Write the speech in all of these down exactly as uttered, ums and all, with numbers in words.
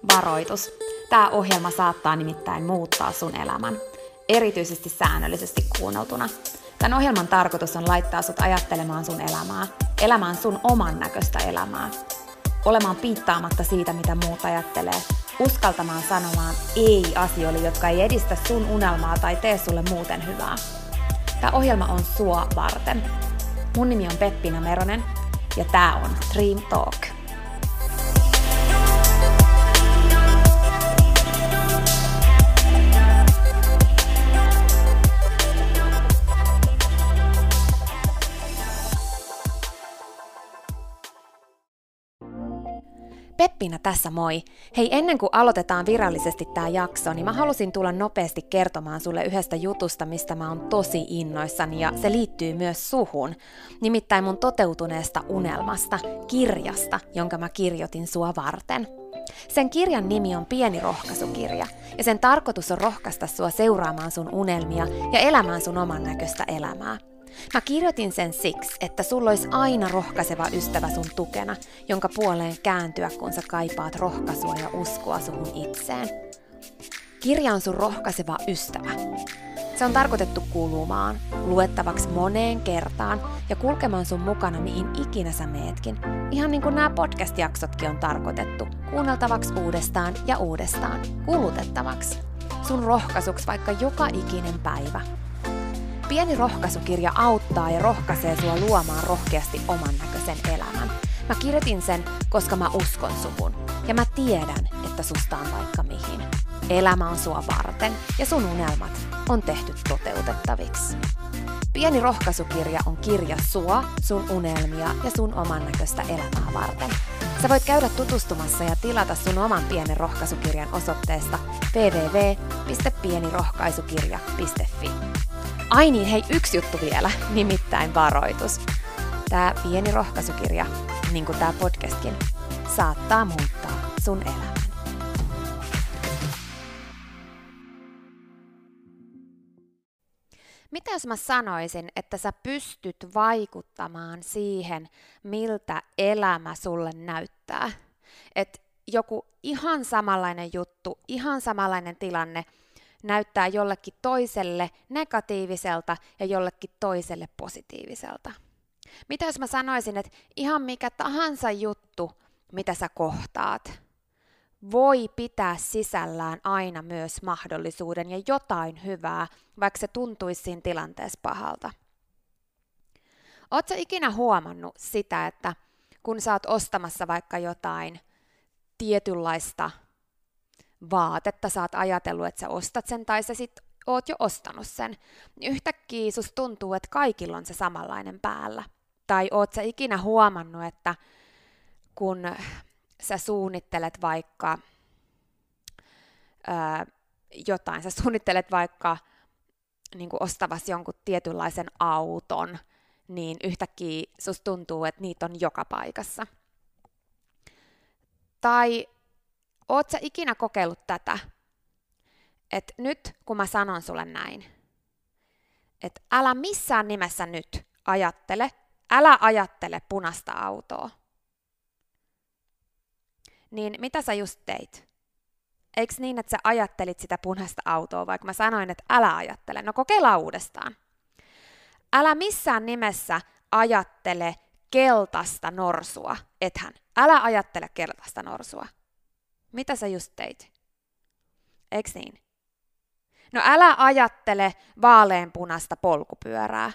Varoitus. Tämä ohjelma saattaa nimittäin muuttaa sun elämän, erityisesti säännöllisesti kuunneltuna. Tämän ohjelman tarkoitus on laittaa sut ajattelemaan sun elämää, elämään sun oman näköistä elämää, olemaan piittaamatta siitä, mitä muut ajattelee, uskaltamaan sanomaan ei asioille, jotka ei edistä sun unelmaa tai tee sulle muuten hyvää. Tämä ohjelma on sua varten. Mun nimi on Peppina Meronen ja tää on Dream Talk. Peppina tässä moi! Hei, ennen kuin aloitetaan virallisesti tää jakso, niin mä halusin tulla nopeasti kertomaan sulle yhdestä jutusta, mistä mä oon tosi innoissani, ja se liittyy myös suhun. Nimittäin mun toteutuneesta unelmasta, kirjasta, jonka mä kirjoitin sua varten. Sen kirjan nimi on Pieni rohkaisukirja, ja sen tarkoitus on rohkaista sua seuraamaan sun unelmia ja elämään sun oman näköistä elämää. Mä kirjoitin sen siksi, että sulla olisi aina rohkaiseva ystävä sun tukena, jonka puoleen kääntyä, kun sä kaipaat rohkaisua ja uskoa suhun itseen. Kirja on sun rohkaiseva ystävä. Se on tarkoitettu kuulumaan, luettavaksi moneen kertaan ja kulkemaan sun mukana mihin ikinä sä meetkin. Ihan niin kuin nämä podcast-jaksotkin on tarkoitettu, kuunneltavaksi uudestaan ja uudestaan, kulutettavaksi. Sun rohkaisuksi vaikka joka ikinen päivä. Pieni rohkaisukirja auttaa ja rohkaisee sua luomaan rohkeasti oman näköisen elämän. Mä kirjoitin sen, koska mä uskon suhun. Ja mä tiedän, että susta on vaikka mihin. Elämä on sua varten ja sun unelmat on tehty toteutettaviksi. Pieni rohkaisukirja on kirja sua, sun unelmia ja sun oman näköistä elämää varten. Sä voit käydä tutustumassa ja tilata sun oman pienen rohkaisukirjan osoitteesta double-u double-u double-u piste pienirohkaisukirja piste fi. Ai niin, hei, yksi juttu vielä, nimittäin varoitus. Tää pieni rohkaisukirja, niin kuin tää podcastkin, saattaa muuttaa sun elämän. Mitä jos mä sanoisin, että sä pystyt vaikuttamaan siihen, miltä elämä sulle näyttää? Että joku ihan samanlainen juttu, ihan samanlainen tilanne näyttää jollekin toiselle negatiiviselta ja jollekin toiselle positiiviselta. Mitä jos mä sanoisin, että ihan mikä tahansa juttu, mitä sä kohtaat, voi pitää sisällään aina myös mahdollisuuden ja jotain hyvää, vaikka se tuntuisi siinä tilanteessa pahalta. Ootko sä ikinä huomannut sitä, että kun sä oot ostamassa vaikka jotain tietynlaista vaatetta, sä oot ajatellut, että sä ostat sen tai sä sit oot jo ostanut sen, niin yhtäkkiä susta tuntuu, että kaikilla on se samanlainen päällä. Tai oot sä ikinä huomannut, että kun sä suunnittelet vaikka ää, jotain, sä suunnittelet vaikka niin kuin ostavasi jonkun tietynlaisen auton, niin yhtäkkiä susta tuntuu, että niitä on joka paikassa. Tai oot sä ikinä kokeillut tätä, että nyt kun mä sanon sulle näin, että älä missään nimessä nyt ajattele, älä ajattele punaista autoa, niin mitä sä just teit? Eiks niin, että sä ajattelit sitä punaista autoa, vaikka mä sanoin, että älä ajattele? No kokeillaan uudestaan. Älä missään nimessä ajattele keltaista norsua, ethän. Älä ajattele keltaista norsua. Mitä sä just teit? Eiks niin? No älä ajattele vaaleanpunaista polkupyörää.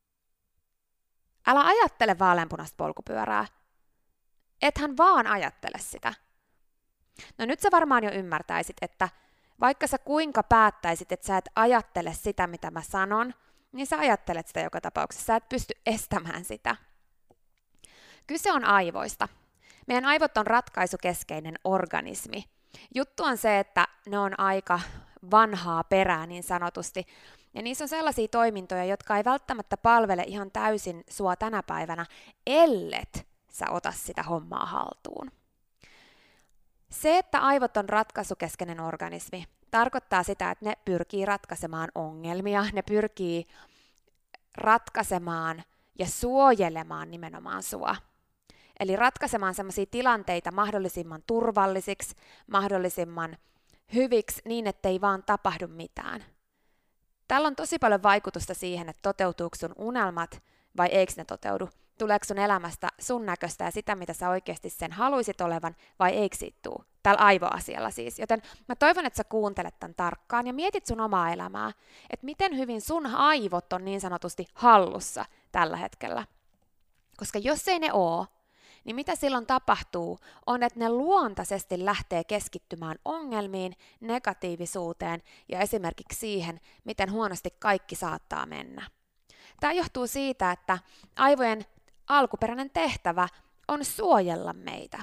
Älä ajattele vaaleanpunaista polkupyörää. Ethän vaan ajattele sitä. No nyt sä varmaan jo ymmärtäisit, että vaikka sä kuinka päättäisit, että sä et ajattele sitä, mitä mä sanon, niin sä ajattelet sitä joka tapauksessa. Sä et pysty estämään sitä. Kyse on aivoista. Meidän aivot on ratkaisukeskeinen organismi. Juttu on se, että ne on aika vanhaa perää niin sanotusti, ja niissä on sellaisia toimintoja, jotka ei välttämättä palvele ihan täysin sua tänä päivänä, ellet sä ota sitä hommaa haltuun. Se, että aivot on ratkaisukeskeinen organismi, tarkoittaa sitä, että ne pyrkii ratkaisemaan ongelmia, ne pyrkii ratkaisemaan ja suojelemaan nimenomaan sua. Eli ratkaisemaan sellaisia tilanteita mahdollisimman turvallisiksi, mahdollisimman hyviksi niin, ettei vaan tapahdu mitään. Tällä on tosi paljon vaikutusta siihen, että toteutuuko sun unelmat vai eikö ne toteudu. Tuleeko sun elämästä sun näköistä ja sitä, mitä sä oikeasti sen haluisit olevan, vai eikö siitä tuu? Tällä aivoasialla siis. Joten mä toivon, että sä kuuntelet tämän tarkkaan ja mietit sun omaa elämää, että miten hyvin sun aivot on niin sanotusti hallussa tällä hetkellä. Koska jos ei ne oo, niin mitä silloin tapahtuu, on, että ne luontaisesti lähtee keskittymään ongelmiin, negatiivisuuteen ja esimerkiksi siihen, miten huonosti kaikki saattaa mennä. Tämä johtuu siitä, että aivojen alkuperäinen tehtävä on suojella meitä.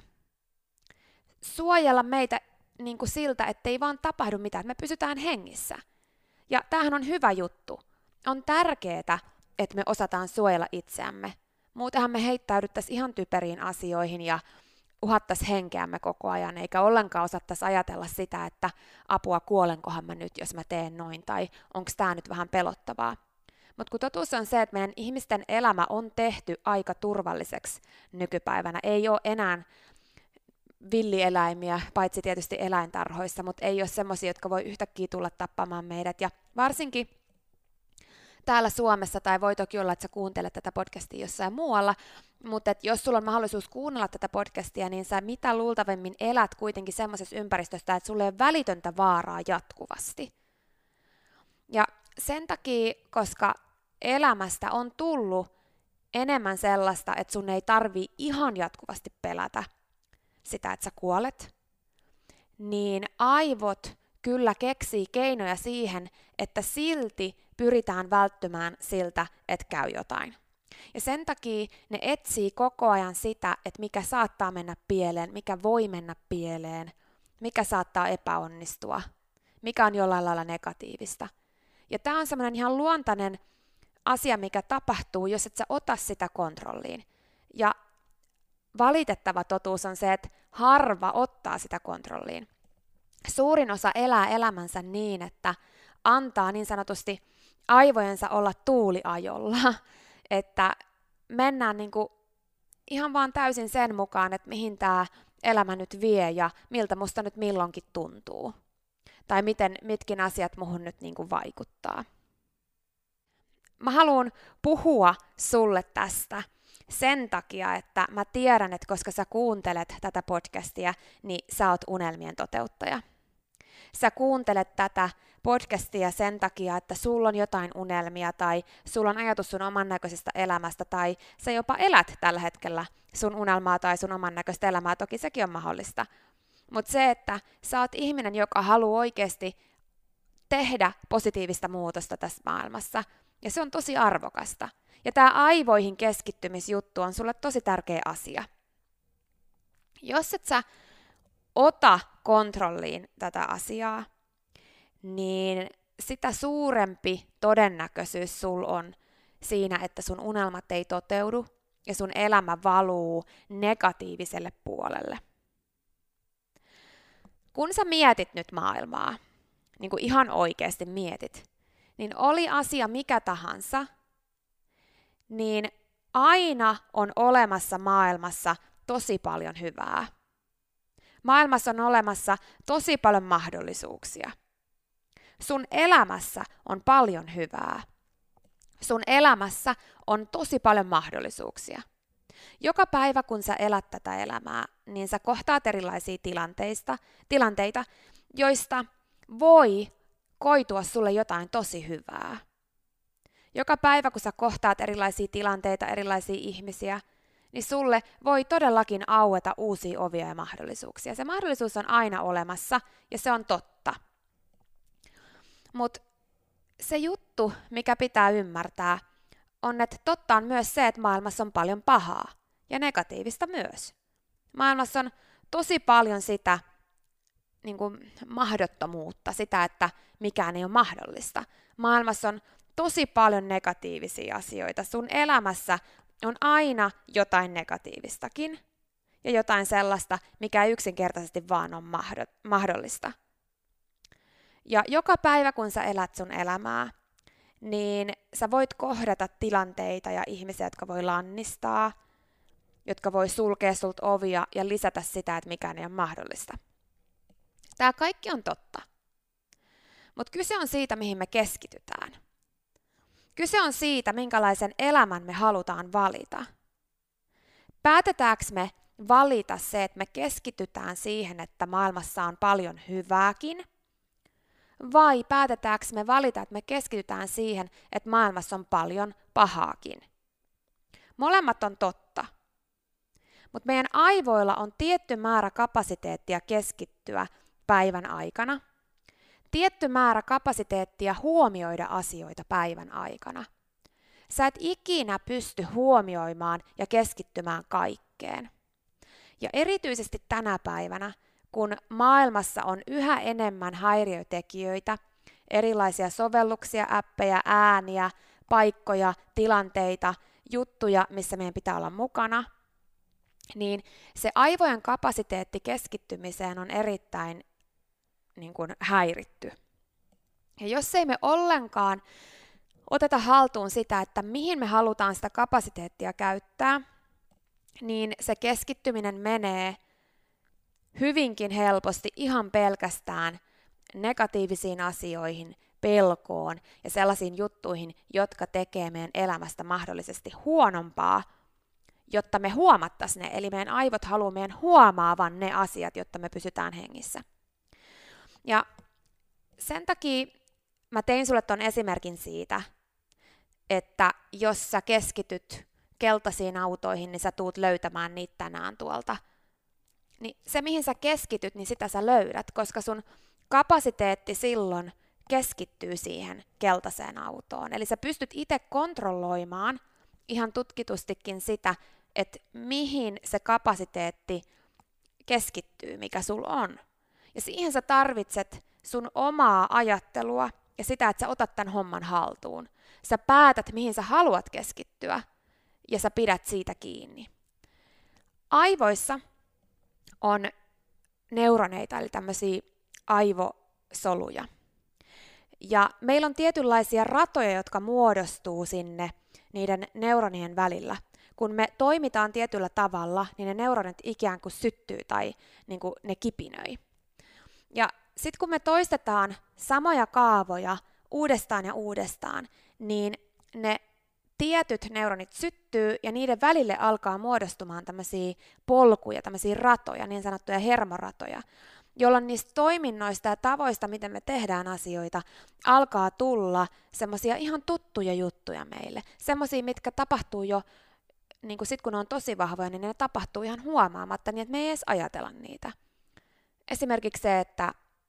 Suojella meitä niin kuin siltä, ettei vaan tapahdu mitään, että me pysytään hengissä. Ja tämähän on hyvä juttu. On tärkeää, että me osataan suojella itseämme. Muutenhan me heittäydyttäisiin ihan typeriin asioihin ja uhattaisiin henkeämme koko ajan, eikä ollenkaan osattaisi ajatella sitä, että apua, kuolenkohan mä nyt, jos mä teen noin, tai onko tämä nyt vähän pelottavaa. Mutta kun totuus on se, että meidän ihmisten elämä on tehty aika turvalliseksi nykypäivänä. Ei ole enää villieläimiä, paitsi tietysti eläintarhoissa, mutta ei ole semmoisia, jotka voi yhtäkkiä tulla tappamaan meidät. Ja varsinkin täällä Suomessa, tai voi toki olla, että sä kuuntelet tätä podcastia jossain muualla, mutta et jos sulla on mahdollisuus kuunnella tätä podcastia, niin sä mitä luultavimmin elät kuitenkin semmoisessa ympäristössä, että sulla ei ole välitöntä vaaraa jatkuvasti. Ja sen takia, koska elämästä on tullut enemmän sellaista, että sun ei tarvii ihan jatkuvasti pelätä sitä, että sä kuolet, niin aivot kyllä keksii keinoja siihen, että silti pyritään välttymään siltä, että käy jotain. Ja sen takia ne etsii koko ajan sitä, että mikä saattaa mennä pieleen, mikä voi mennä pieleen, mikä saattaa epäonnistua, mikä on jollain lailla negatiivista. Ja tämä on semmoinen ihan luontainen asia, mikä tapahtuu, jos et sä ota sitä kontrolliin. Ja valitettava totuus on se, että harva ottaa sitä kontrolliin. Suurin osa elää elämänsä niin, että antaa niin sanotusti aivojensa olla tuuliajolla, että mennään niinku ihan vaan täysin sen mukaan, että mihin tämä elämä nyt vie ja miltä musta nyt milloinkin tuntuu. Tai miten, mitkin asiat muhun nyt niinku vaikuttaa. Mä haluan puhua sulle tästä sen takia, että mä tiedän, että koska sä kuuntelet tätä podcastia, niin sä oot unelmien toteuttaja. Sä kuuntelet tätä podcastia sen takia, että sulla on jotain unelmia tai sulla on ajatus sun oman näköisestä elämästä tai sä jopa elät tällä hetkellä sun unelmaa tai sun oman näköistä elämää, toki sekin on mahdollista. Mutta se, että sä oot ihminen, joka haluaa oikeasti tehdä positiivista muutosta tässä maailmassa, ja se on tosi arvokasta. Ja tämä aivoihin keskittymisjuttu on sulle tosi tärkeä asia. Jos et sä ota kontrolliin tätä asiaa, niin sitä suurempi todennäköisyys sul on siinä, että sun unelmat ei toteudu ja sun elämä valuu negatiiviselle puolelle. Kun sä mietit nyt maailmaa, niin kuin ihan oikeasti mietit, niin oli asia mikä tahansa, niin aina on olemassa maailmassa tosi paljon hyvää. Maailmassa on olemassa tosi paljon mahdollisuuksia. Sun elämässä on paljon hyvää. Sun elämässä on tosi paljon mahdollisuuksia. Joka päivä, kun sä elät tätä elämää, niin sä kohtaat erilaisia tilanteita, tilanteita, joista voi koitua sulle jotain tosi hyvää. Joka päivä, kun sä kohtaat erilaisia tilanteita, erilaisia ihmisiä, niin sulle voi todellakin aueta uusia ovia ja mahdollisuuksia. Se mahdollisuus on aina olemassa ja se on totta. Mutta se juttu, mikä pitää ymmärtää, on, että totta on myös se, että maailmassa on paljon pahaa ja negatiivista myös. Maailmassa on tosi paljon sitä niin kuin mahdottomuutta, sitä, että mikään ei ole mahdollista. Maailmassa on tosi paljon negatiivisia asioita. Sun elämässä on aina jotain negatiivistakin ja jotain sellaista, mikä ei yksinkertaisesti vaan on mahdollista. Ja joka päivä, kun sä elät sun elämää, niin sä voit kohdata tilanteita ja ihmisiä, jotka voi lannistaa, jotka voi sulkea sulta ovia ja lisätä sitä, että mikään ei ole mahdollista. Tämä kaikki on totta. Mutta kyse on siitä, mihin me keskitytään. Kyse on siitä, minkälaisen elämän me halutaan valita. Päätetäänkö me valita se, että me keskitytään siihen, että maailmassa on paljon hyvääkin, vai päätetäänkö me valita, että me keskitytään siihen, että maailmassa on paljon pahaakin? Molemmat on totta. Mutta meidän aivoilla on tietty määrä kapasiteettia keskittyä päivän aikana, tietty määrä kapasiteettia huomioida asioita päivän aikana. Sä et ikinä pysty huomioimaan ja keskittymään kaikkeen. Ja erityisesti tänä päivänä, kun maailmassa on yhä enemmän häiriötekijöitä, erilaisia sovelluksia, appeja, ääniä, paikkoja, tilanteita, juttuja, missä meidän pitää olla mukana, niin se aivojen kapasiteetti keskittymiseen on erittäin niin kuin, häiritty. Ja jos ei me ollenkaan oteta haltuun sitä, että mihin me halutaan sitä kapasiteettia käyttää, niin se keskittyminen menee hyvinkin helposti ihan pelkästään negatiivisiin asioihin, pelkoon ja sellaisiin juttuihin, jotka tekee meidän elämästä mahdollisesti huonompaa, jotta me huomattaisiin ne. Eli meidän aivot haluaa meidän huomaavan ne asiat, jotta me pysytään hengissä. Ja sen takia mä tein sulle ton esimerkin siitä, että jos sä keskityt keltaisiin autoihin, niin sä tuut löytämään niitä tänään tuolta. Niin se, mihin sä keskityt, niin sitä sä löydät, koska sun kapasiteetti silloin keskittyy siihen keltaiseen autoon. Eli sä pystyt itse kontrolloimaan ihan tutkitustikin sitä, että mihin se kapasiteetti keskittyy, mikä sulla on. Ja siihen sä tarvitset sun omaa ajattelua ja sitä, että sä otat tämän homman haltuun. Sä päätät, mihin sä haluat keskittyä ja sä pidät siitä kiinni. Aivoissa on neuroneita, eli tämmöisiä aivosoluja. Ja meillä on tietynlaisia ratoja, jotka muodostuu sinne niiden neuronien välillä. Kun me toimitaan tietyllä tavalla, niin ne neuronit ikään kuin syttyy tai niin kuin ne kipinöi. Ja sitten kun me toistetaan samoja kaavoja uudestaan ja uudestaan, niin ne tietyt neuronit syttyy ja niiden välille alkaa muodostumaan tämmöisiä polkuja, tämmöisiä ratoja, niin sanottuja hermoratoja, jolloin niistä toiminnoista ja tavoista, miten me tehdään asioita, alkaa tulla semmoisia ihan tuttuja juttuja meille. Semmoisia, mitkä tapahtuu jo, niin kun sit kun ne on tosi vahvoja, niin ne tapahtuu ihan huomaamatta, niin että me ei edes ajatella niitä. Esimerkiksi se, että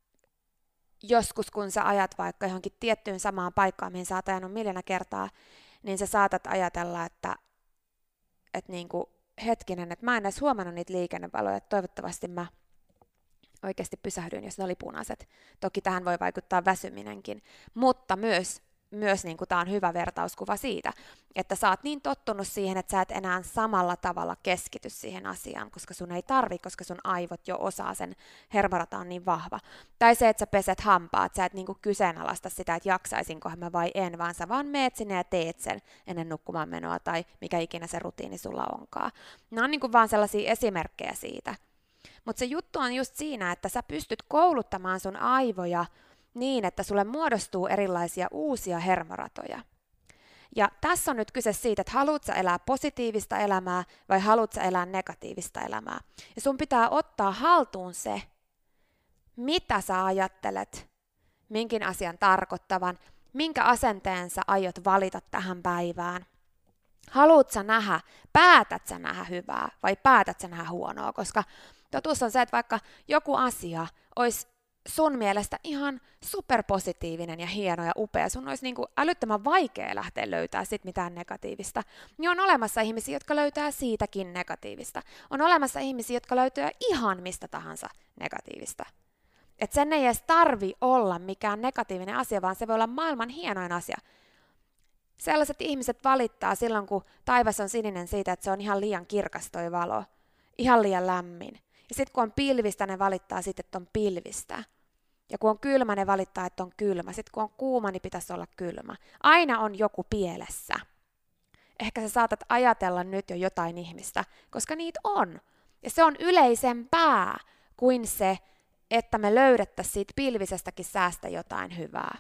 joskus kun sä ajat vaikka johonkin tiettyyn samaan paikkaan, mihin sä oot ajanut miljoona kertaa, niin sä saatat ajatella, että, että niin kuin, hetkinen, että mä en edes huomannut niitä liikennevaloja, että toivottavasti mä oikeasti pysähdyin, jos ne oli punaiset. Toki tähän voi vaikuttaa väsyminenkin, mutta myös, myös niin kuin tämä on hyvä vertauskuva siitä, että sä oot niin tottunut siihen, että sä et enää samalla tavalla keskity siihen asiaan, koska sun ei tarvi, koska sun aivot jo osaa sen, hermorata on niin vahva. Tai se, että sä peset hampaat, sä et niin kuin kyseenalaista sitä, että jaksaisinkohan mä vai en, vaan sä vaan meet sinne ja teet sen ennen nukkumaan menoa tai mikä ikinä se rutiini sulla onkaan. Nämä on niin kuin vaan sellaisia esimerkkejä siitä. Mutta se juttu on just siinä, että sä pystyt kouluttamaan sun aivoja niin, että sulle muodostuu erilaisia uusia hermoratoja. Ja tässä on nyt kyse siitä, että haluat sä elää positiivista elämää vai haluat sä elää negatiivista elämää. Ja sun pitää ottaa haltuun se, mitä sä ajattelet, minkin asian tarkoittavan, minkä asenteen sä aiot valita tähän päivään. Haluat sä nähdä, päätät sä nähdä hyvää vai päätät sä nähdä huonoa, koska totuus on se, että vaikka joku asia olisi sun mielestä ihan superpositiivinen ja hieno ja upea, sun olisi niin kuin älyttömän vaikea lähteä löytää sit mitään negatiivista, niin on olemassa ihmisiä, jotka löytää siitäkin negatiivista. On olemassa ihmisiä, jotka löytää ihan mistä tahansa negatiivista. Et sen ei edes tarvi olla mikään negatiivinen asia, vaan se voi olla maailman hienoin asia. Sellaiset ihmiset valittaa silloin, kun taivas on sininen siitä, että se on ihan liian kirkas toi valo, ihan liian lämmin. Ja sitten kun on pilvistä, ne valittaa sitten, että on pilvistä. Ja kun on kylmä, ne valittaa, että on kylmä. Sitten kun on kuuma, niin pitäisi olla kylmä. Aina on joku pielessä. ehkä sä saatat ajatella nyt jo jotain ihmistä, koska niitä on. Ja se on yleisempää kuin se, että me löydettäisiin siitä pilvisestäkin säästä jotain hyvää.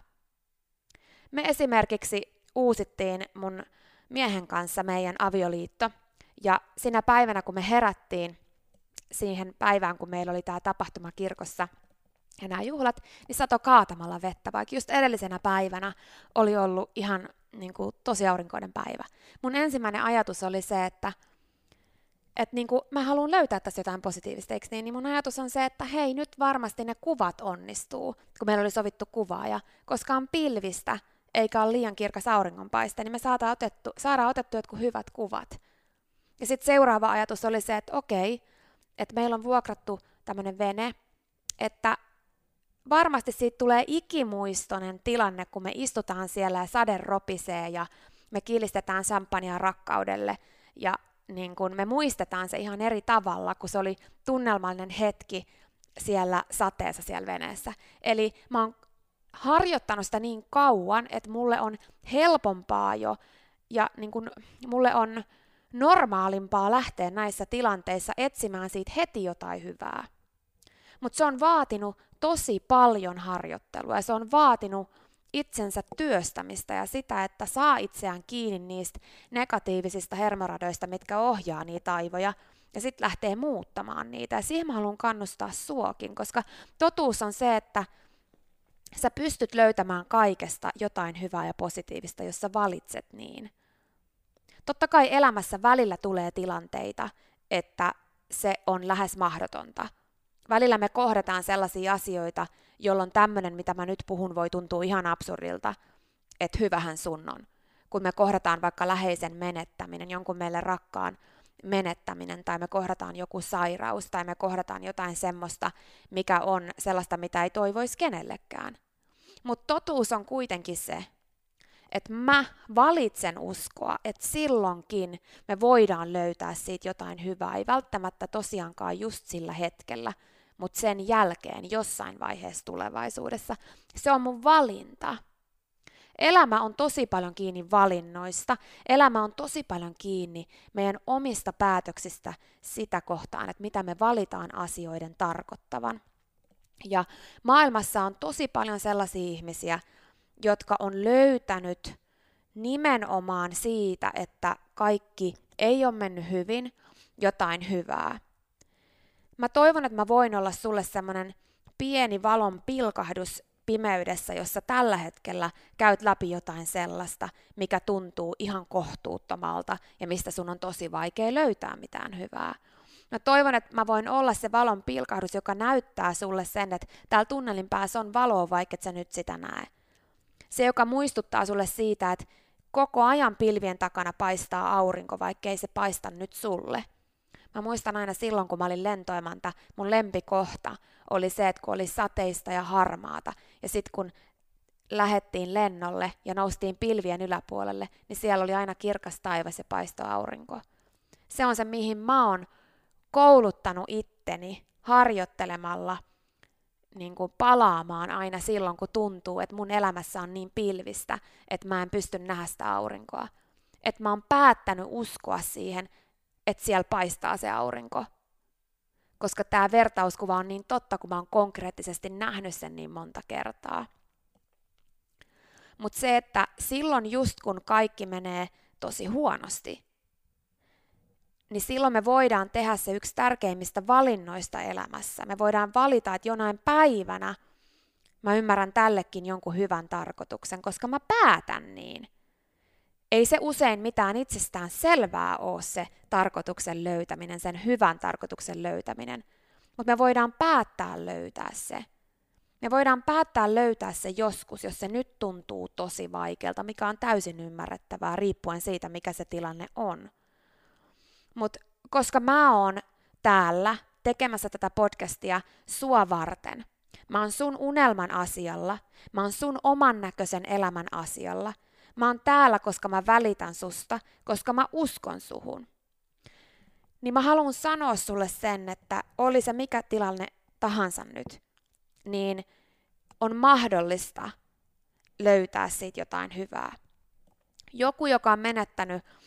Me esimerkiksi uusittiin mun miehen kanssa meidän avioliitto, ja sinä päivänä, kun me herättiin siihen päivään, kun meillä oli tämä tapahtuma kirkossa ja nämä juhlat, niin sato kaatamalla vettä, vaikka just edellisenä päivänä oli ollut ihan niin kuin, tosi aurinkoinen päivä. Mun ensimmäinen ajatus oli se, että et, niin kuin, mä haluan löytää tässä jotain positiivista, eikö niin? Niin mun ajatus on se, että hei, nyt varmasti ne kuvat onnistuu, kun meillä oli sovittu kuvaaja, koska on pilvistä, eikä ole liian kirkas auringonpaiste, niin me saadaan otettu, saadaan otettu jotkut hyvät kuvat. Ja sitten seuraava ajatus oli se, että okei, että meillä on vuokrattu tämmöinen vene, että varmasti siitä tulee ikimuistoinen tilanne, kun me istutaan siellä ja sade ropisee ja me kilistetään champagnea rakkaudelle ja niin kun me muistetaan se ihan eri tavalla, kun se oli tunnelmallinen hetki siellä sateessa siellä veneessä. Eli mä oon harjoittanut sitä niin kauan, että mulle on helpompaa jo ja niin kun mulle on normaalimpaa lähteä näissä tilanteissa etsimään siitä heti jotain hyvää. Mutta se on vaatinut tosi paljon harjoittelua ja se on vaatinut itsensä työstämistä ja sitä, että saa itseään kiinni niistä negatiivisista hermoradoista, mitkä ohjaa niitä aivoja ja sitten lähtee muuttamaan niitä. Ja siihen mä haluan kannustaa suokin, koska totuus on se, että sä pystyt löytämään kaikesta jotain hyvää ja positiivista, jos sä valitset niin. Totta kai elämässä välillä tulee tilanteita, että se on lähes mahdotonta. Välillä me kohdataan sellaisia asioita, jolloin tämmöinen, mitä mä nyt puhun, voi tuntua ihan absurdilta, että hyvähän sun on. Kun me kohdataan vaikka läheisen menettäminen, jonkun meille rakkaan menettäminen, tai me kohdataan joku sairaus, tai me kohdataan jotain semmoista, mikä on sellaista, mitä ei toivoisi kenellekään. Mutta totuus on kuitenkin se, että mä valitsen uskoa, että silloinkin me voidaan löytää siitä jotain hyvää, ei välttämättä tosiaankaan just sillä hetkellä, mutta sen jälkeen jossain vaiheessa tulevaisuudessa. Se on mun valinta. Elämä on tosi paljon kiinni valinnoista, elämä on tosi paljon kiinni meidän omista päätöksistä sitä kohtaan, että mitä me valitaan asioiden tarkoittavan. Ja maailmassa on tosi paljon sellaisia ihmisiä, jotka on löytänyt nimenomaan siitä, että kaikki ei ole mennyt hyvin, jotain hyvää. Mä toivon, että mä voin olla sulle semmoinen pieni valon pilkahdus pimeydessä, jossa tällä hetkellä käyt läpi jotain sellaista, mikä tuntuu ihan kohtuuttomalta ja mistä sun on tosi vaikea löytää mitään hyvää. Mä toivon, että mä voin olla se valon pilkahdus, joka näyttää sulle sen, että täällä tunnelin päässä on valoa, vaikka et sä nyt sitä näe. Se, joka muistuttaa sulle siitä, että koko ajan pilvien takana paistaa aurinko, vaikka ei se paista nyt sulle. Mä muistan aina silloin, kun mä olin lentoemäntä, mun lempikohta oli se, että kun oli sateista ja harmaata, ja sitten kun lähettiin lennolle ja noustiin pilvien yläpuolelle, niin siellä oli aina kirkas taivas ja paistoi aurinko. Se on se, mihin mä oon kouluttanut itteni harjoittelemalla, niin kuin palaamaan aina silloin, kun tuntuu, että mun elämässä on niin pilvistä, että mä en pysty nähdä sitä aurinkoa. Että mä oon päättänyt uskoa siihen, että siellä paistaa se aurinko. Koska tämä vertauskuva on niin totta, kun mä oon konkreettisesti nähnyt sen niin monta kertaa. Mutta se, että silloin just kun kaikki menee tosi huonosti, niin silloin me voidaan tehdä se yksi tärkeimmistä valinnoista elämässä. Me voidaan valita, että jonain päivänä mä ymmärrän tällekin jonkun hyvän tarkoituksen, koska mä päätän niin. Ei se usein mitään itsestään selvää ole se tarkoituksen löytäminen, sen hyvän tarkoituksen löytäminen, mutta me voidaan päättää löytää se. Me voidaan päättää löytää se joskus, jos se nyt tuntuu tosi vaikealta, mikä on täysin ymmärrettävää riippuen siitä, mikä se tilanne on. Mutta koska mä oon täällä tekemässä tätä podcastia sua varten, mä oon sun unelman asialla, mä oon sun oman näköisen elämän asialla, mä oon täällä, koska mä välitän susta, koska mä uskon suhun. Niin mä haluan sanoa sulle sen, että oli se mikä tilanne tahansa nyt, niin on mahdollista löytää siitä jotain hyvää. Joku, joka on menettänyt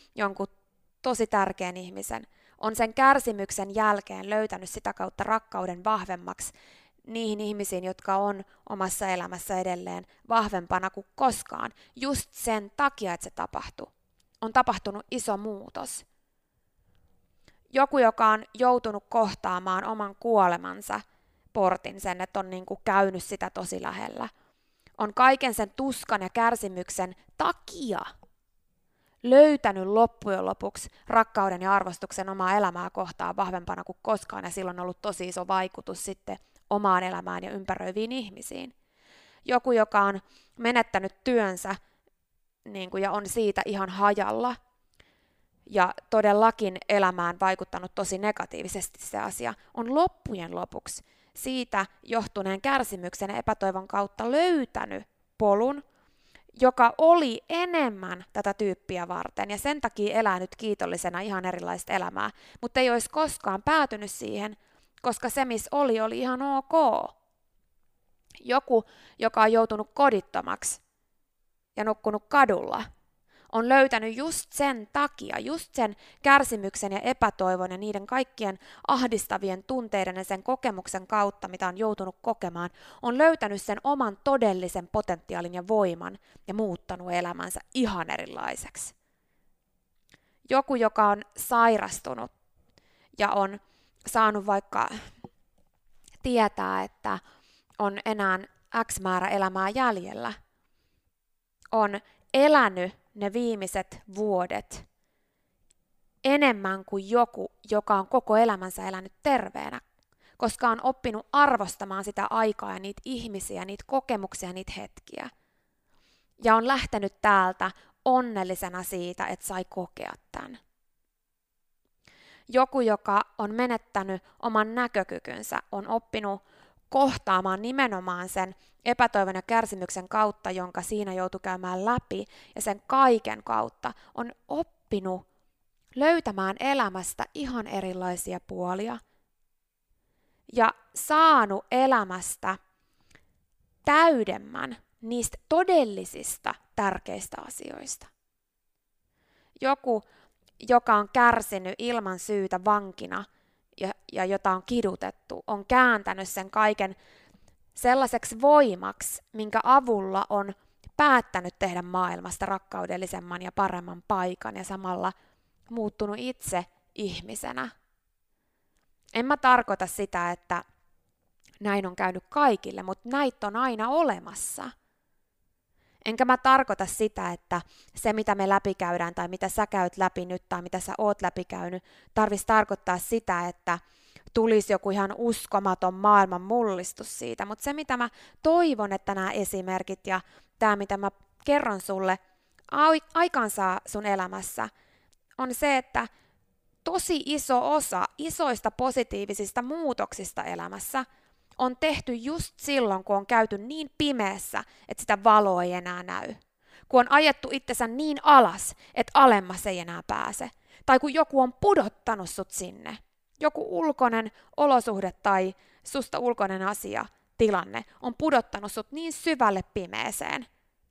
jonkun tosi tärkeän ihmisen, on sen kärsimyksen jälkeen löytänyt sitä kautta rakkauden vahvemmaksi niihin ihmisiin, jotka on omassa elämässä edelleen vahvempana kuin koskaan, just sen takia, että se tapahtui. On tapahtunut iso muutos. Joku, joka on joutunut kohtaamaan oman kuolemansa portin, sen, että on niin kuin käynyt sitä tosi lähellä, on kaiken sen tuskan ja kärsimyksen takia löytänyt loppujen lopuksi rakkauden ja arvostuksen omaa elämää kohtaan vahvempana kuin koskaan, ja sillä on ollut tosi iso vaikutus sitten omaan elämään ja ympäröiviin ihmisiin. Joku, joka on menettänyt työnsä niin kuin, ja on siitä ihan hajalla, ja todellakin elämään vaikuttanut tosi negatiivisesti se asia, on loppujen lopuksi siitä johtuneen kärsimyksen ja epätoivon kautta löytänyt polun, joka oli enemmän tätä tyyppiä varten, ja sen takia elää nyt kiitollisena ihan erilaista elämää, mutta ei olisi koskaan päätynyt siihen, koska se, missä oli, oli ihan ok. Joku, joka on joutunut kodittomaksi ja nukkunut kadulla, on löytänyt just sen takia, just sen kärsimyksen ja epätoivon ja niiden kaikkien ahdistavien tunteiden ja sen kokemuksen kautta, mitä on joutunut kokemaan, on löytänyt sen oman todellisen potentiaalin ja voiman ja muuttanut elämänsä ihan erilaiseksi. Joku, joka on sairastunut ja on saanut vaikka tietää, että on enää X määrä elämää jäljellä, on elänyt ne viimeiset vuodet enemmän kuin joku, joka on koko elämänsä elänyt terveenä, koska on oppinut arvostamaan sitä aikaa ja niitä ihmisiä, niitä kokemuksia, niitä hetkiä. Ja on lähtenyt täältä onnellisena siitä, että sai kokea tämän. Joku, joka on menettänyt oman näkökykynsä, on oppinut kohtaamaan nimenomaan sen epätoivon ja kärsimyksen kautta, jonka siinä joutui käymään läpi, ja sen kaiken kautta on oppinut löytämään elämästä ihan erilaisia puolia ja saanut elämästä täydemmän niistä todellisista tärkeistä asioista. Joku, joka on kärsinyt ilman syytä vankina ja, ja jota on kidutettu, on kääntänyt sen kaiken sellaiseksi voimaksi, minkä avulla on päättänyt tehdä maailmasta rakkaudellisemman ja paremman paikan ja samalla muuttunut itse ihmisenä. En mä tarkoita sitä, että näin on käynyt kaikille, mutta näitä on aina olemassa. Enkä mä tarkoita sitä, että se mitä me läpikäydään tai mitä sä käyt läpi nyt tai mitä sä oot läpikäynyt, tarvitsisi tarkoittaa sitä, että tulisi joku ihan uskomaton maailman mullistus siitä, mutta se mitä mä toivon, että nämä esimerkit ja tämä mitä mä kerron sulle aikansaa sun elämässä, on se, että tosi iso osa isoista positiivisista muutoksista elämässä on tehty just silloin, kun on käyty niin pimeässä, että sitä valoa ei enää näy. Kun on ajettu itsensä niin alas, että alemmas ei enää pääse. Tai kun joku on pudottanut sut sinne. Joku ulkoinen olosuhde tai susta ulkoinen asia, tilanne, on pudottanut sut niin syvälle pimeeseen,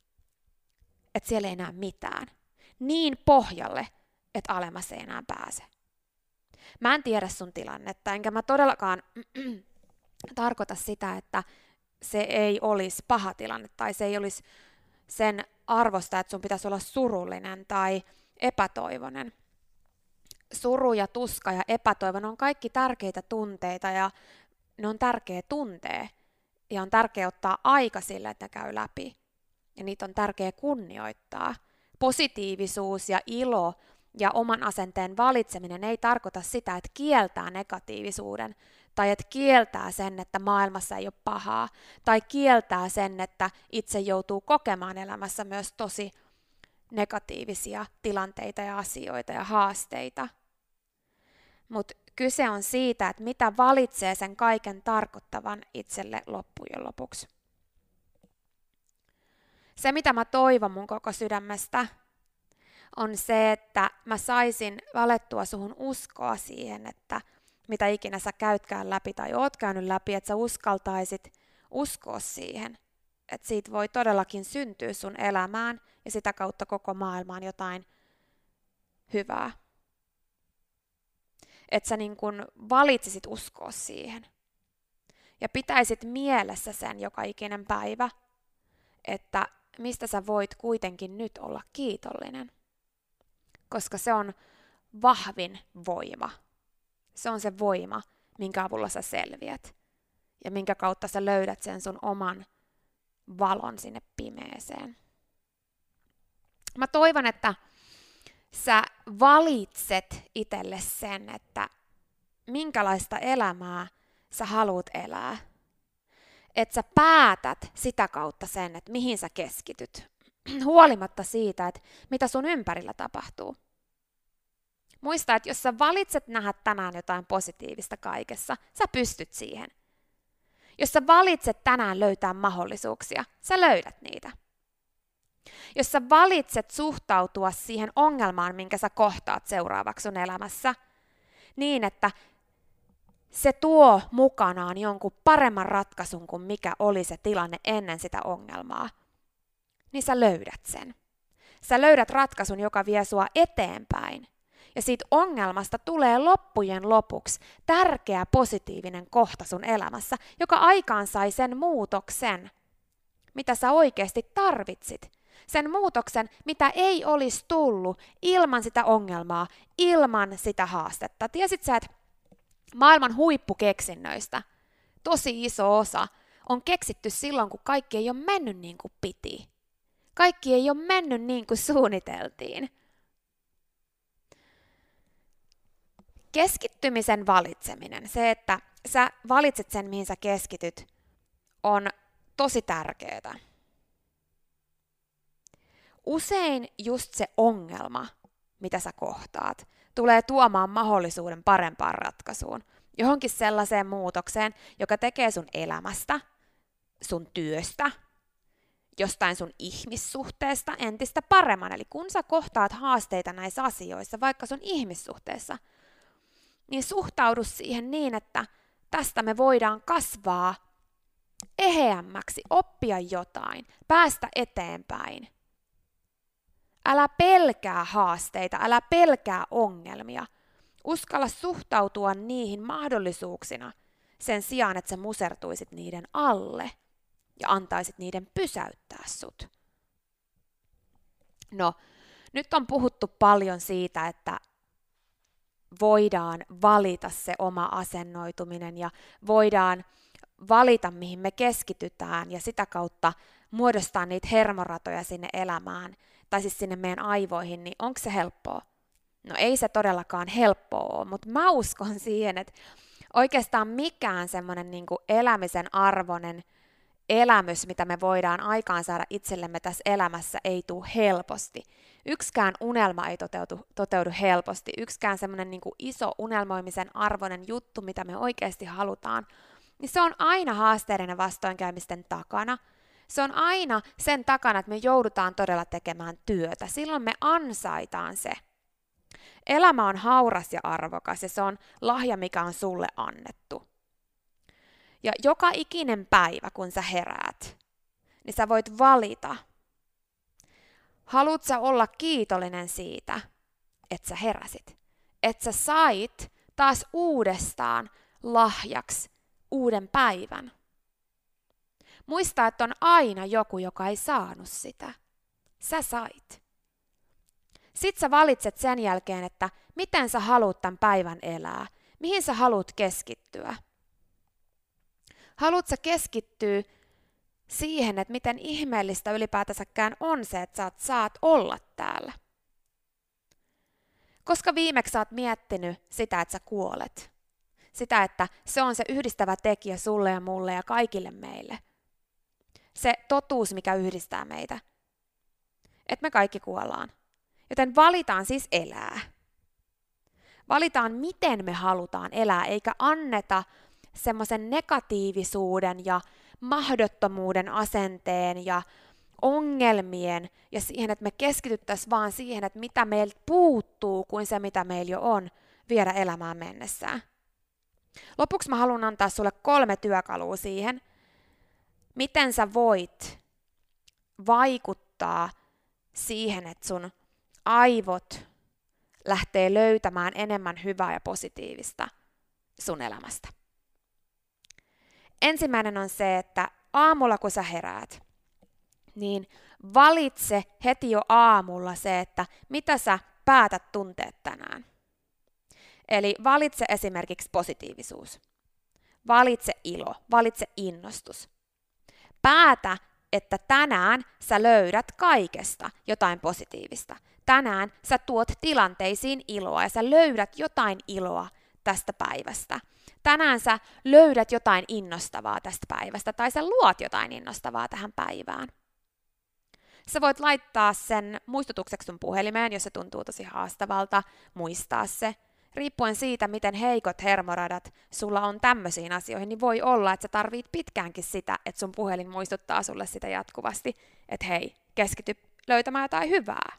että siellä ei enää mitään. Niin pohjalle, että alemmas ei enää pääse. Mä en tiedä sun tilannetta, enkä mä todellakaan tarkoita sitä, että se ei olisi paha tilanne tai se ei olisi sen arvosta, että sun pitäisi olla surullinen tai epätoivoinen. Suru ja tuska ja epätoivo, ne on kaikki tärkeitä tunteita ja ne on tärkeä tuntee ja on tärkeä ottaa aika sille, että ne käy läpi ja niitä on tärkeä kunnioittaa. Positiivisuus ja ilo ja oman asenteen valitseminen ei tarkoita sitä, että kieltää negatiivisuuden tai että kieltää sen, että maailmassa ei ole pahaa tai kieltää sen, että itse joutuu kokemaan elämässä myös tosi negatiivisia tilanteita ja asioita ja haasteita. Mutta kyse on siitä, että mitä valitsee sen kaiken tarkoittavan itselle loppujen lopuksi. Se, mitä mä toivon mun koko sydämestä, on se, että mä saisin valettua suhun uskoa siihen, että mitä ikinä sä käytkään läpi tai oot käynyt läpi, että sä uskaltaisit uskoa siihen, että siitä voi todellakin syntyä sun elämään ja sitä kautta koko maailmaan jotain hyvää. Että sä niin kun valitsisit uskoa siihen. Ja pitäisit mielessä sen joka ikinen päivä, että mistä sä voit kuitenkin nyt olla kiitollinen. Koska se on vahvin voima. Se on se voima, minkä avulla sä selviät. Ja minkä kautta sä löydät sen sun oman valon sinne pimeeseen. Mä toivon, että sä valitset itselle sen, että minkälaista elämää sä haluat elää. Että sä päätät sitä kautta sen, että mihin sä keskityt. Huolimatta siitä, että mitä sun ympärillä tapahtuu. Muista, että jos sä valitset nähdä tänään jotain positiivista kaikessa, sä pystyt siihen. Jos sä valitset tänään löytää mahdollisuuksia, sä löydät niitä. Jos sä valitset suhtautua siihen ongelmaan, minkä sä kohtaat seuraavaksi sun elämässä, niin että se tuo mukanaan jonkun paremman ratkaisun kuin mikä oli se tilanne ennen sitä ongelmaa, niin sä löydät sen. Sä löydät ratkaisun, joka vie sua eteenpäin. Ja siitä ongelmasta tulee loppujen lopuksi tärkeä positiivinen kohta sun elämässä, joka aikaan sai sen muutoksen, mitä sä oikeasti tarvitsit. Sen muutoksen, mitä ei olisi tullut ilman sitä ongelmaa, ilman sitä haastetta. Tiesit sä, että maailman huippukeksinnöistä tosi iso osa on keksitty silloin, kun kaikki ei ole mennyt niin kuin piti. Kaikki ei ole mennyt niin kuin suunniteltiin. Keskittymisen valitseminen, se, että sä valitset sen, mihin sä keskityt, on tosi tärkeää. Usein just se ongelma, mitä sä kohtaat, tulee tuomaan mahdollisuuden parempaan ratkaisuun, johonkin sellaiseen muutokseen, joka tekee sun elämästä, sun työstä, jostain sun ihmissuhteesta entistä paremman. Eli kun sä kohtaat haasteita näissä asioissa, vaikka sun ihmissuhteessa, niin suhtaudu siihen niin, että tästä me voidaan kasvaa eheämmäksi, oppia jotain, päästä eteenpäin. Älä pelkää haasteita, älä pelkää ongelmia. Uskalla suhtautua niihin mahdollisuuksina sen sijaan, että sä musertuisit niiden alle ja antaisit niiden pysäyttää sut. No, nyt on puhuttu paljon siitä, että voidaan valita se oma asennoituminen ja voidaan valita, mihin me keskitytään ja sitä kautta muodostaa niitä hermoratoja sinne elämään tai siis sinne meidän aivoihin, niin onko se helppoa? No ei se todellakaan helppoa ole, mutta mä uskon siihen, että oikeastaan mikään semmoinen niin kuin elämisen arvoinen elämys, mitä me voidaan aikaan saada itsellemme tässä elämässä, ei tule helposti. Yksikään unelma ei toteudu, toteudu helposti. Yksikään semmoinen niin kuin iso unelmoimisen arvoinen juttu, mitä me oikeasti halutaan, niin se on aina haasteiden ja vastoinkäymisten takana. Se on aina sen takana, että me joudutaan todella tekemään työtä. Silloin me ansaitaan se. Elämä on hauras ja arvokas ja se on lahja, mikä on sulle annettu. Ja joka ikinen päivä, kun sä heräät, niin sä voit valita. Haluat sä olla kiitollinen siitä, että sä heräsit? Että sä sait taas uudestaan lahjaksi uuden päivän? Muista, että on aina joku, joka ei saanut sitä. Sä sait. Sitten sä valitset sen jälkeen, että miten sä haluat tämän päivän elää. Mihin sä haluat keskittyä. Haluat sä keskittyä siihen, että miten ihmeellistä ylipäätänsäkään on se, että sä saat olla täällä. Koska viimeksi sä oot miettinyt sitä, että sä kuolet. Sitä, että se on se yhdistävä tekijä sulle ja mulle ja kaikille meille. Se totuus, mikä yhdistää meitä. Että me kaikki kuollaan. Joten valitaan siis elää. Valitaan, miten me halutaan elää, eikä anneta semmoisen negatiivisuuden ja mahdottomuuden asenteen ja ongelmien ja siihen, että me keskityttäisiin vaan siihen, että mitä meiltä puuttuu, kuin se, mitä meillä jo on, viedä elämään mennessään. Lopuksi mä haluan antaa sulle kolme työkalua siihen, miten sä voit vaikuttaa siihen, että sun aivot lähtee löytämään enemmän hyvää ja positiivista sun elämästä. Ensimmäinen on se, että aamulla kun sä heräät, niin valitse heti jo aamulla se, että mitä sä päätät tuntea tänään. Eli valitse esimerkiksi positiivisuus. Valitse ilo, valitse innostus. Päätä, että tänään sä löydät kaikesta jotain positiivista. Tänään sä tuot tilanteisiin iloa ja sä löydät jotain iloa tästä päivästä. Tänään sä löydät jotain innostavaa tästä päivästä tai sä luot jotain innostavaa tähän päivään. Sä voit laittaa sen muistutukseksi sun puhelimeen, jos se tuntuu tosi haastavalta, muistaa se. Riippuen siitä, miten heikot hermoradat sulla on tämmöisiin asioihin, niin voi olla, että sä tarvit pitkäänkin sitä, että sun puhelin muistuttaa sulle sitä jatkuvasti, että hei, keskity löytämään jotain hyvää.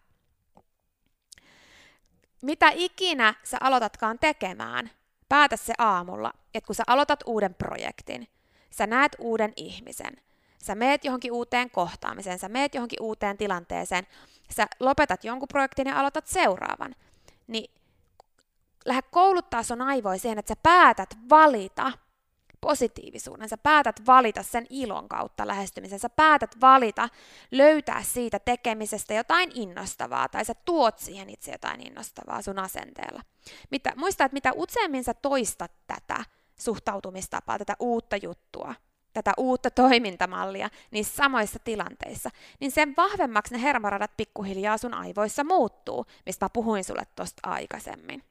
Mitä ikinä sä aloitatkaan tekemään, päätä se aamulla, että kun sä aloitat uuden projektin, sä näet uuden ihmisen, sä meet johonkin uuteen kohtaamiseen, sä meet johonkin uuteen tilanteeseen, sä lopetat jonkun projektin ja aloitat seuraavan, niin lähde kouluttaa sun aivoja siihen, että sä päätät valita positiivisuuden, sä päätät valita sen ilon kautta lähestymisen, sä päätät valita löytää siitä tekemisestä jotain innostavaa, tai sä tuot siihen itse jotain innostavaa sun asenteella. Mitä, muista, että mitä useammin sä toistat tätä suhtautumistapaa, tätä uutta juttua, tätä uutta toimintamallia niissä samoissa tilanteissa, niin sen vahvemmaksi ne hermoradat pikkuhiljaa sun aivoissa muuttuu, mistä mä puhuin sulle tosta aikaisemmin.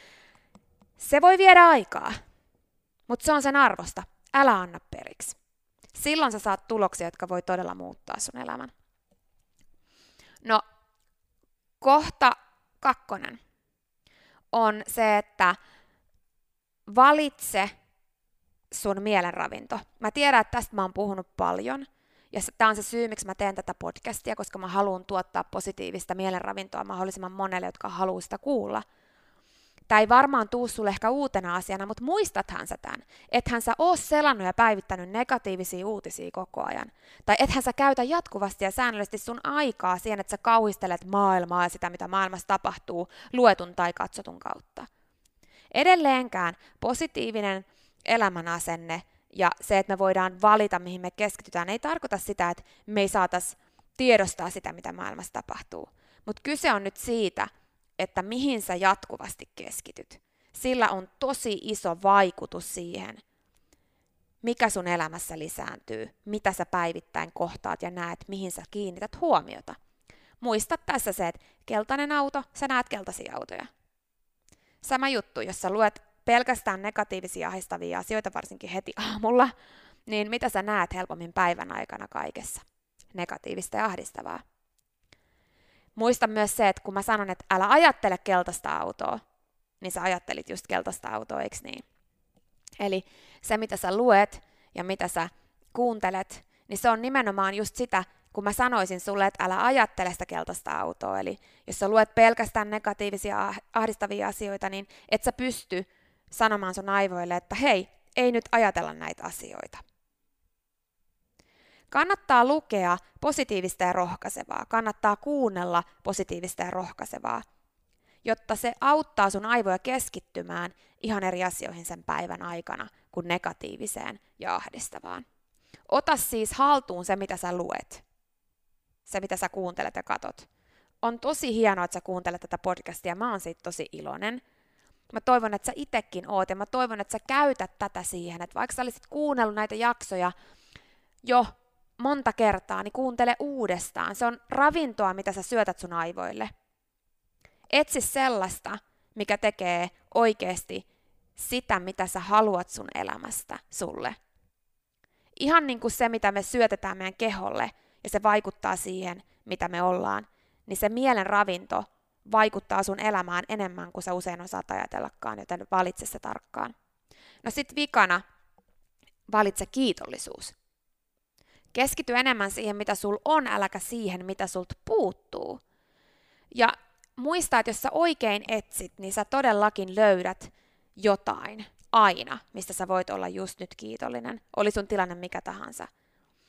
Se voi viedä aikaa, mutta se on sen arvosta. Älä anna periksi. Silloin sä saat tuloksia, jotka voi todella muuttaa sun elämän. No, kohta kakkonen on se, että valitse sun mielenravinto. Mä tiedän, että tästä mä oon puhunut paljon, ja tää on se syy, miksi mä teen tätä podcastia, koska mä haluan tuottaa positiivista mielenravintoa mahdollisimman monelle, jotka haluaa sitä kuulla. Tämä ei varmaan tuu sulle ehkä uutena asiana, mutta muistathan sä tämän. Ethän sä oo selannut ja päivittänyt negatiivisia uutisia koko ajan. Tai ethän sä käytä jatkuvasti ja säännöllisesti sun aikaa siihen, että sä kauhistelet maailmaa ja sitä, mitä maailmassa tapahtuu, luetun tai katsotun kautta. Edelleenkään positiivinen elämänasenne ja se, että me voidaan valita, mihin me keskitytään, ei tarkoita sitä, että me ei saataisi tiedostaa sitä, mitä maailmassa tapahtuu. Mutta kyse on nyt siitä, että mihin sä jatkuvasti keskityt. Sillä on tosi iso vaikutus siihen, mikä sun elämässä lisääntyy, mitä sä päivittäin kohtaat ja näet, mihin sä kiinnität huomiota. Muista tässä se, että keltainen auto, sä näet keltaisia autoja. Sama juttu, jos sä luet pelkästään negatiivisia ahdistavia asioita, varsinkin heti aamulla, niin mitä sä näet helpommin päivän aikana kaikessa? Negatiivista ja ahdistavaa. Muista myös se, että kun mä sanon, että älä ajattele keltaista autoa, niin sä ajattelit just keltaista autoa, eikö niin? Eli se, mitä sä luet ja mitä sä kuuntelet, niin se on nimenomaan just sitä, kun mä sanoisin sulle, että älä ajattele sitä keltaista autoa. Eli jos sä luet pelkästään negatiivisia ahdistavia asioita, niin et sä pysty sanomaan sun aivoille, että hei, ei nyt ajatella näitä asioita. Kannattaa lukea positiivista ja rohkaisevaa, kannattaa kuunnella positiivista ja rohkaisevaa, jotta se auttaa sun aivoja keskittymään ihan eri asioihin sen päivän aikana kuin negatiiviseen ja ahdistavaan. Ota siis haltuun se, mitä sä luet, se, mitä sä kuuntelet ja katot. On tosi hienoa, että sä kuuntelet tätä podcastia, mä oon siitä tosi iloinen. Mä toivon, että sä itekin oot ja mä toivon, että sä käytät tätä siihen, että vaikka sä olisit kuunnellut näitä jaksoja jo monta kertaa, niin kuuntele uudestaan. Se on ravintoa, mitä sä syötät sun aivoille. Etsi sellaista, mikä tekee oikeasti sitä, mitä sä haluat sun elämästä sulle. Ihan niin kuin se, mitä me syötetään meidän keholle, ja se vaikuttaa siihen, mitä me ollaan, niin se mielen ravinto vaikuttaa sun elämään enemmän kuin sä usein osaat ajatellakaan, joten valitse se tarkkaan. No sit vikana, valitse kiitollisuus. Keskity enemmän siihen, mitä sul on, äläkä siihen, mitä sulta puuttuu. Ja muista, että jos sä oikein etsit, niin sä todellakin löydät jotain aina, mistä sä voit olla just nyt kiitollinen, oli sun tilanne mikä tahansa.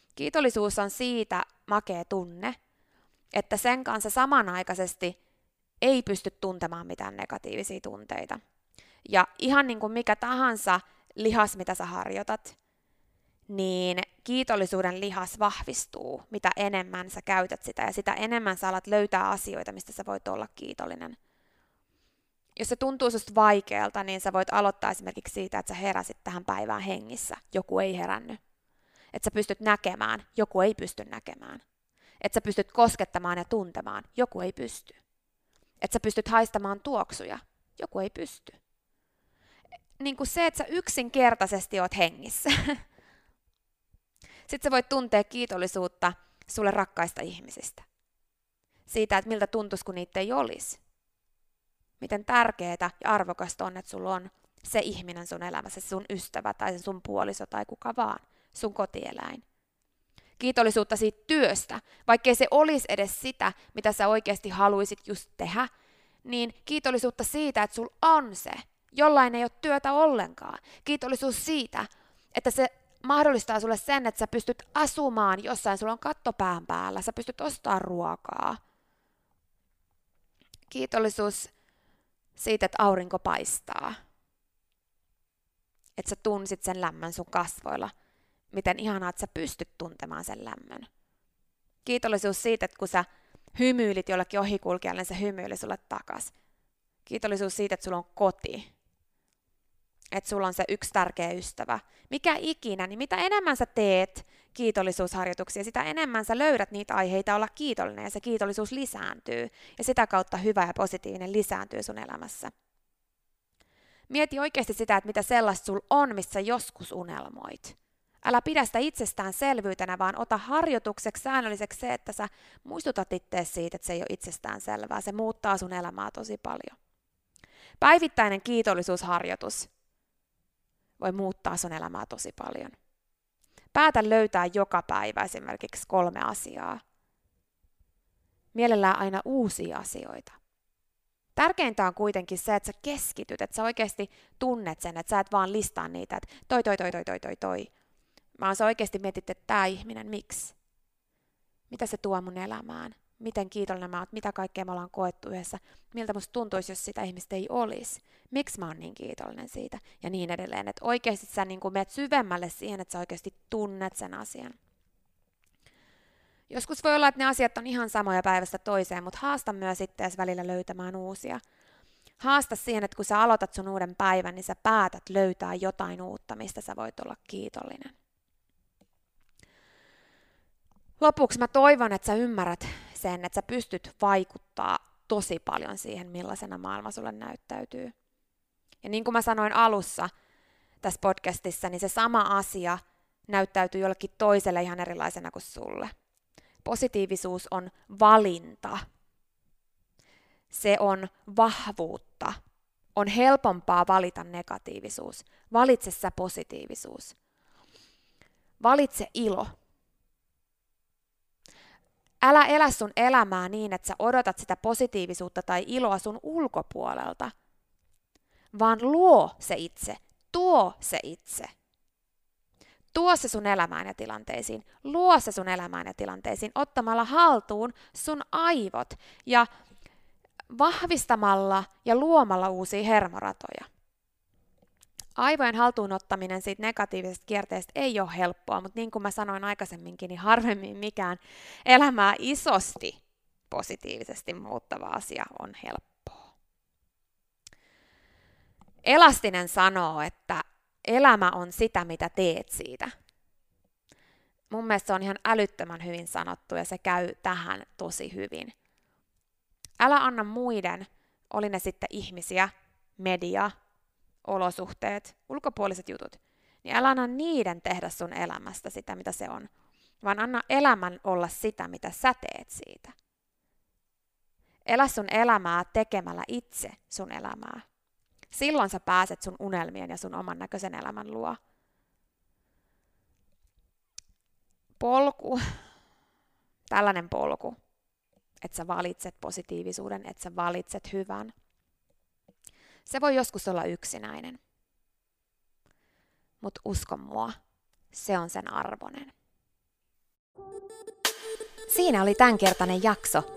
Kiitollisuus on siitä makea tunne, että sen kanssa samanaikaisesti ei pysty tuntemaan mitään negatiivisia tunteita. Ja ihan niin kuin mikä tahansa lihas, mitä sä harjoitat, niin kiitollisuuden lihas vahvistuu, mitä enemmän sä käytät sitä, ja sitä enemmän sä alat löytää asioita, mistä sä voit olla kiitollinen. Jos se tuntuu susta vaikealta, niin sä voit aloittaa esimerkiksi siitä, että sä heräsit tähän päivään hengissä, joku ei herännyt. Että sä pystyt näkemään, joku ei pysty näkemään. Että sä pystyt koskettamaan ja tuntemaan, joku ei pysty. Että sä pystyt haistamaan tuoksuja, joku ei pysty. Niin kuin se, että sä yksinkertaisesti oot hengissä. Sitten sä voit tuntea kiitollisuutta sulle rakkaista ihmisistä. Siitä, että miltä tuntuisi, kun niitä ei olisi. Miten tärkeää ja arvokasta on, että sulla on se ihminen sun elämässä, se sun ystävä tai se sun puoliso tai kuka vaan, sun kotieläin. Kiitollisuutta siitä työstä, vaikkei se olisi edes sitä, mitä sä oikeasti haluisit just tehdä, niin kiitollisuutta siitä, että sulla on se, jollain ei ole työtä ollenkaan. Kiitollisuus siitä, että se mahdollistaa sulle sen, että sä pystyt asumaan jossain, sulla on katto pään päällä, sä pystyt ostamaan ruokaa. Kiitollisuus siitä, että aurinko paistaa. Että sä tunsit sen lämmön sun kasvoilla. Miten ihanaa, että sä pystyt tuntemaan sen lämmön. Kiitollisuus siitä, että kun sä hymyilit jollekin ohikulkijalle, niin se hymyili sulle takas. Kiitollisuus siitä, että sulla on koti. Että sulla on se yksi tärkeä ystävä. Mikä ikinä, niin mitä enemmän sä teet kiitollisuusharjoituksia, sitä enemmän sä löydät niitä aiheita olla kiitollinen ja se kiitollisuus lisääntyy. Ja sitä kautta hyvä ja positiivinen lisääntyy sun elämässä. Mieti oikeasti sitä, että mitä sellaista sulla on, missä joskus unelmoit. Älä pidä sitä itsestäänselvyytenä, vaan ota harjoitukseksi säännölliseksi se, että sä muistutat itseäsi siitä, että se ei ole itsestäänselvää. Se muuttaa sun elämää tosi paljon. Päivittäinen kiitollisuusharjoitus voi muuttaa sun elämää tosi paljon. Päätä löytää joka päivä esimerkiksi kolme asiaa. Mielellään aina uusia asioita. Tärkeintä on kuitenkin se, että sä keskityt, että sä oikeasti tunnet sen, että sä et vaan listaa niitä, että toi, toi, toi, toi, toi, toi, toi. Vaan sä oikeasti mietit, että tää ihminen, miksi? Mitä se tuo mun elämään? Miten kiitollinen mä oon, mitä kaikkea me ollaan koettu yhdessä? Miltä musta tuntuisi, jos sitä ihmistä ei olisi? Miksi mä oon niin kiitollinen siitä? Ja niin edelleen. Että oikeasti sä niin kuin menet syvemmälle siihen, että sä oikeasti tunnet sen asian. Joskus voi olla, että ne asiat on ihan samoja päivästä toiseen, mutta haasta myös itseäsi välillä löytämään uusia. Haasta siihen, että kun sä aloitat sun uuden päivän, niin sä päätät löytää jotain uutta, mistä sä voit olla kiitollinen. Lopuksi mä toivon, että sä ymmärrät sen, että sä pystyt vaikuttaa tosi paljon siihen, millaisena maailma sulle näyttäytyy. Ja niin kuin mä sanoin alussa tässä podcastissa, niin se sama asia näyttäytyy jollekin toiselle ihan erilaisena kuin sulle. Positiivisuus on valinta. Se on vahvuutta. On helpompaa valita negatiivisuus. Valitse sä positiivisuus. Valitse ilo. Älä elä sun elämää niin, että sä odotat sitä positiivisuutta tai iloa sun ulkopuolelta, vaan luo se itse, tuo se itse. Tuo se sun elämään ja tilanteisiin, luo se sun elämään ja tilanteisiin ottamalla haltuun sun aivot ja vahvistamalla ja luomalla uusia hermoratoja. Aivojen haltuun ottaminen siitä negatiivisesta kierteestä ei ole helppoa, mutta niin kuin mä sanoin aikaisemminkin, niin harvemmin mikään elämää isosti positiivisesti muuttava asia on helppoa. Elastinen sanoo, että elämä on sitä, mitä teet siitä. Mun mielestä se on ihan älyttömän hyvin sanottu ja se käy tähän tosi hyvin. Älä anna muiden, oli ne sitten ihmisiä, media, olosuhteet, ulkopuoliset jutut, niin älä anna niiden tehdä sun elämästä sitä, mitä se on, vaan anna elämän olla sitä, mitä sä teet siitä. Elä sun elämää tekemällä itse sun elämää. Silloin sä pääset sun unelmien ja sun oman näköisen elämän luo. Polku, tällainen polku, että sä valitset positiivisuuden, että sä valitset hyvän. Se voi joskus olla yksinäinen, mutta usko mua, se on sen arvoinen. Siinä oli tämänkertainen jakso.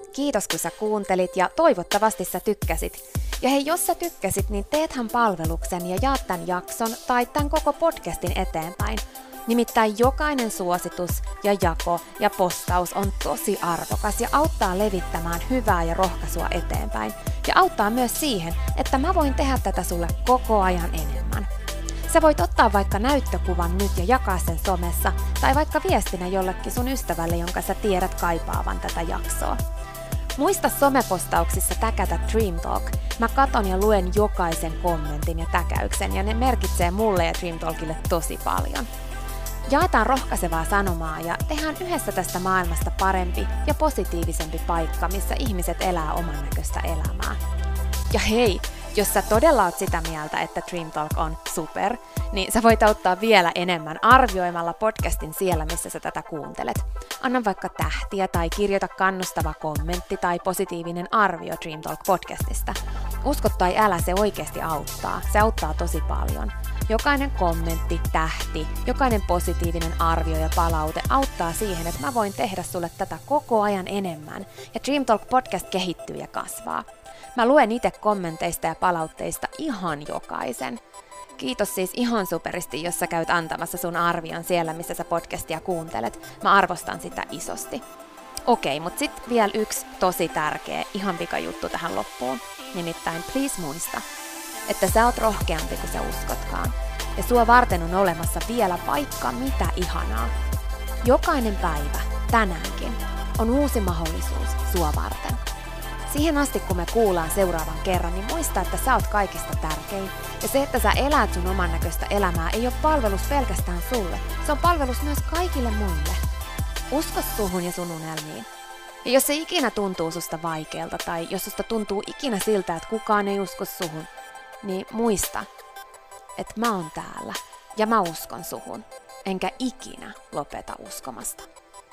Kiitos kun sä kuuntelit ja toivottavasti sä tykkäsit. Ja hei, jos sä tykkäsit, niin teethän palveluksen ja jaat tän jakson tai tän koko podcastin eteenpäin. Nimittäin jokainen suositus ja jako ja postaus on tosi arvokas ja auttaa levittämään hyvää ja rohkaisua eteenpäin. Ja auttaa myös siihen, että mä voin tehdä tätä sulle koko ajan enemmän. Sä voit ottaa vaikka näyttökuvan nyt ja jakaa sen somessa, tai vaikka viestinä jollekin sun ystävälle, jonka sä tiedät kaipaavan tätä jaksoa. Muista somepostauksissa täkätä Dream Talk. Mä katon ja luen jokaisen kommentin ja täkäyksen, ja ne merkitsee mulle ja Dream Talkille tosi paljon. Jaetaan rohkaisevaa sanomaa ja tehdään yhdessä tästä maailmasta parempi ja positiivisempi paikka, missä ihmiset elää oman näköistä elämää. Ja hei, jos sä todella oot sitä mieltä, että Dream Talk on super, niin sä voit auttaa vielä enemmän arvioimalla podcastin siellä, missä sä tätä kuuntelet. Anna vaikka tähtiä tai kirjoita kannustava kommentti tai positiivinen arvio Dream Talk podcastista. Usko tai älä, se oikeasti auttaa. Se auttaa tosi paljon. Jokainen kommentti, tähti, jokainen positiivinen arvio ja palaute auttaa siihen, että mä voin tehdä sulle tätä koko ajan enemmän. Ja Dream Talk podcast kehittyy ja kasvaa. Mä luen itse kommenteista ja palautteista ihan jokaisen. Kiitos siis ihan superisti, jos sä käyt antamassa sun arvion siellä, missä sä podcastia kuuntelet. Mä arvostan sitä isosti. Okei, mut sit vielä yksi tosi tärkeä, ihan pikajuttu tähän loppuun. Nimittäin please muista, että sä oot rohkeampi kuin sä uskotkaan. Ja sua varten on olemassa vielä vaikka mitä ihanaa. Jokainen päivä, tänäänkin, on uusi mahdollisuus sua varten. Siihen asti, kun me kuullaan seuraavan kerran, niin muista, että sä oot kaikista tärkein. Ja se, että sä elät sun oman näköistä elämää, ei ole palvelus pelkästään sulle. Se on palvelus myös kaikille muille. Usko suhun ja sun unelmiin. Ja jos se ikinä tuntuu susta vaikealta, tai jos susta tuntuu ikinä siltä, että kukaan ei usko suhun, niin muista, että mä oon täällä ja mä uskon suhun, enkä ikinä lopeta uskomasta.